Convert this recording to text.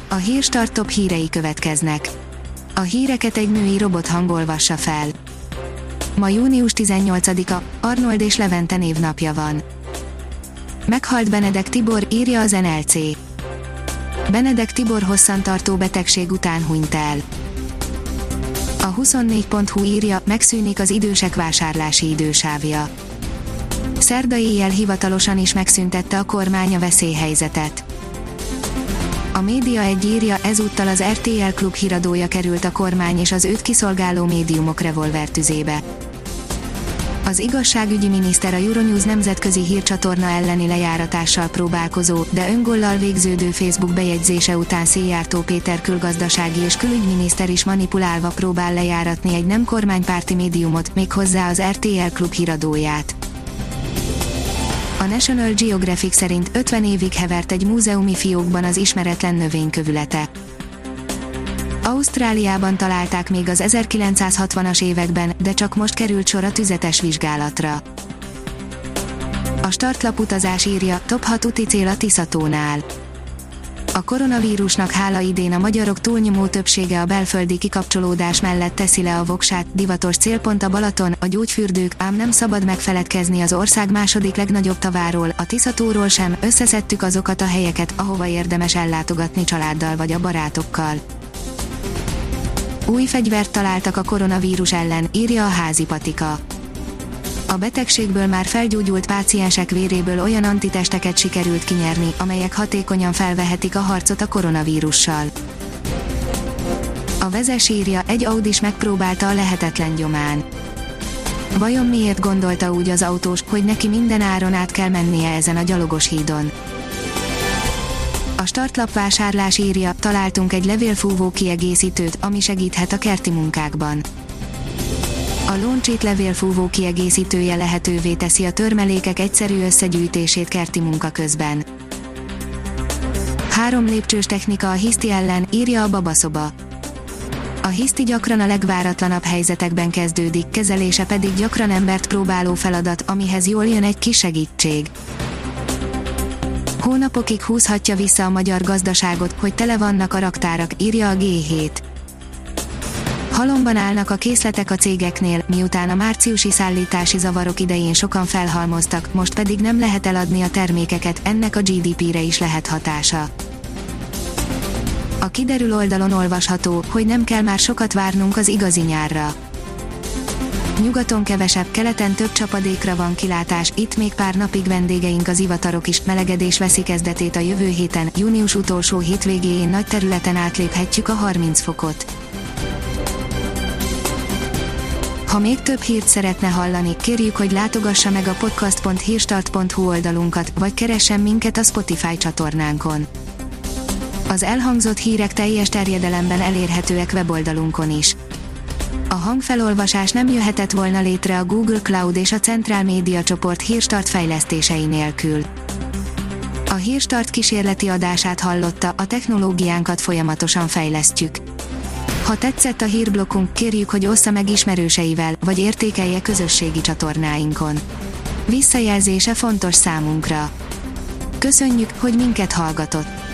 A Hírstart top hírei következnek. A híreket egy női robothang olvassa fel. Ma június 18-a, Arnold és Levente névnapja van. Meghalt Benedek Tibor, írja az NLC. Benedek Tibor hosszantartó betegség után hunyt el. A 24.hu írja, megszűnik az idősek vásárlási idősávja. Szerda éjjel hivatalosan is megszüntette a kormány a veszélyhelyzetet. A Média egy írja, ezúttal az RTL Klub híradója került a kormány és az őt kiszolgáló médiumok revolvertüzébe. Az igazságügyi miniszter a Euronews nemzetközi hírcsatorna elleni lejáratással próbálkozó, de öngollal végződő Facebook bejegyzése után Széjjártó Péter külgazdasági és külügyminiszter is manipulálva próbál lejáratni egy nem kormánypárti médiumot, méghozzá az RTL Klub híradóját. A National Geographic szerint 50 évig hevert egy múzeumi fiókban az ismeretlen növénykövülete. Ausztráliában találták még az 1960-as években, de csak most került sor a tüzetes vizsgálatra. A startlap utazás írja, top 6 úti cél a Tiszatónál. A koronavírusnak hála idén a magyarok túlnyomó többsége a belföldi kikapcsolódás mellett teszi le a voksát, divatos célpont a Balaton, a gyógyfürdők, ám nem szabad megfeledkezni az ország második legnagyobb taváról, a Tiszatóról sem, összeszedtük azokat a helyeket, ahova érdemes ellátogatni családdal vagy a barátokkal. Új fegyvert találtak a koronavírus ellen, írja a Házi Patika. A betegségből már felgyógyult páciensek véréből olyan antitesteket sikerült kinyerni, amelyek hatékonyan felvehetik a harcot a koronavírussal. A Vezes írja, egy Audis megpróbálta a lehetetlen gyomán. Vajon miért gondolta úgy az autós, hogy neki minden áron át kell mennie ezen a gyalogos hídon? A startlap vásárlás írja, találtunk egy levélfúvó kiegészítőt, ami segíthet a kerti munkákban. A Launchit levélfúvó kiegészítője lehetővé teszi a törmelékek egyszerű összegyűjtését kerti munka közben. 3 lépcsős technika a hiszti ellen, írja a Babaszoba. A hiszti gyakran a legváratlanabb helyzetekben kezdődik, kezelése pedig gyakran embert próbáló feladat, amihez jól jön egy kis segítség. Hónapokig húzhatja vissza a magyar gazdaságot, hogy tele vannak a raktárak, írja a G7. Halomban állnak a készletek a cégeknél, miután a márciusi szállítási zavarok idején sokan felhalmoztak, most pedig nem lehet eladni a termékeket, ennek a GDP-re is lehet hatása. A Kiderül oldalon olvasható, hogy nem kell már sokat várnunk az igazi nyárra. Nyugaton kevesebb, keleten több csapadékra van kilátás, itt még pár napig vendégeink az ivatarok is, melegedés veszi kezdetét a jövő héten, június utolsó hétvégéjén nagy területen átléphetjük a 30 fokot. Ha még több hírt szeretne hallani, kérjük, hogy látogassa meg a podcast.hírstart.hu oldalunkat, vagy keressen minket a Spotify csatornánkon. Az elhangzott hírek teljes terjedelemben elérhetőek weboldalunkon is. A hangfelolvasás nem jöhetett volna létre a Google Cloud és a Central Média csoport Hírstart fejlesztései nélkül. A Hírstart kísérleti adását hallotta, a technológiánkat folyamatosan fejlesztjük. Ha tetszett a hírblokkunk, kérjük, hogy ossza meg ismerőseivel, vagy értékelje közösségi csatornáinkon. Visszajelzése fontos számunkra. Köszönjük, hogy minket hallgatott!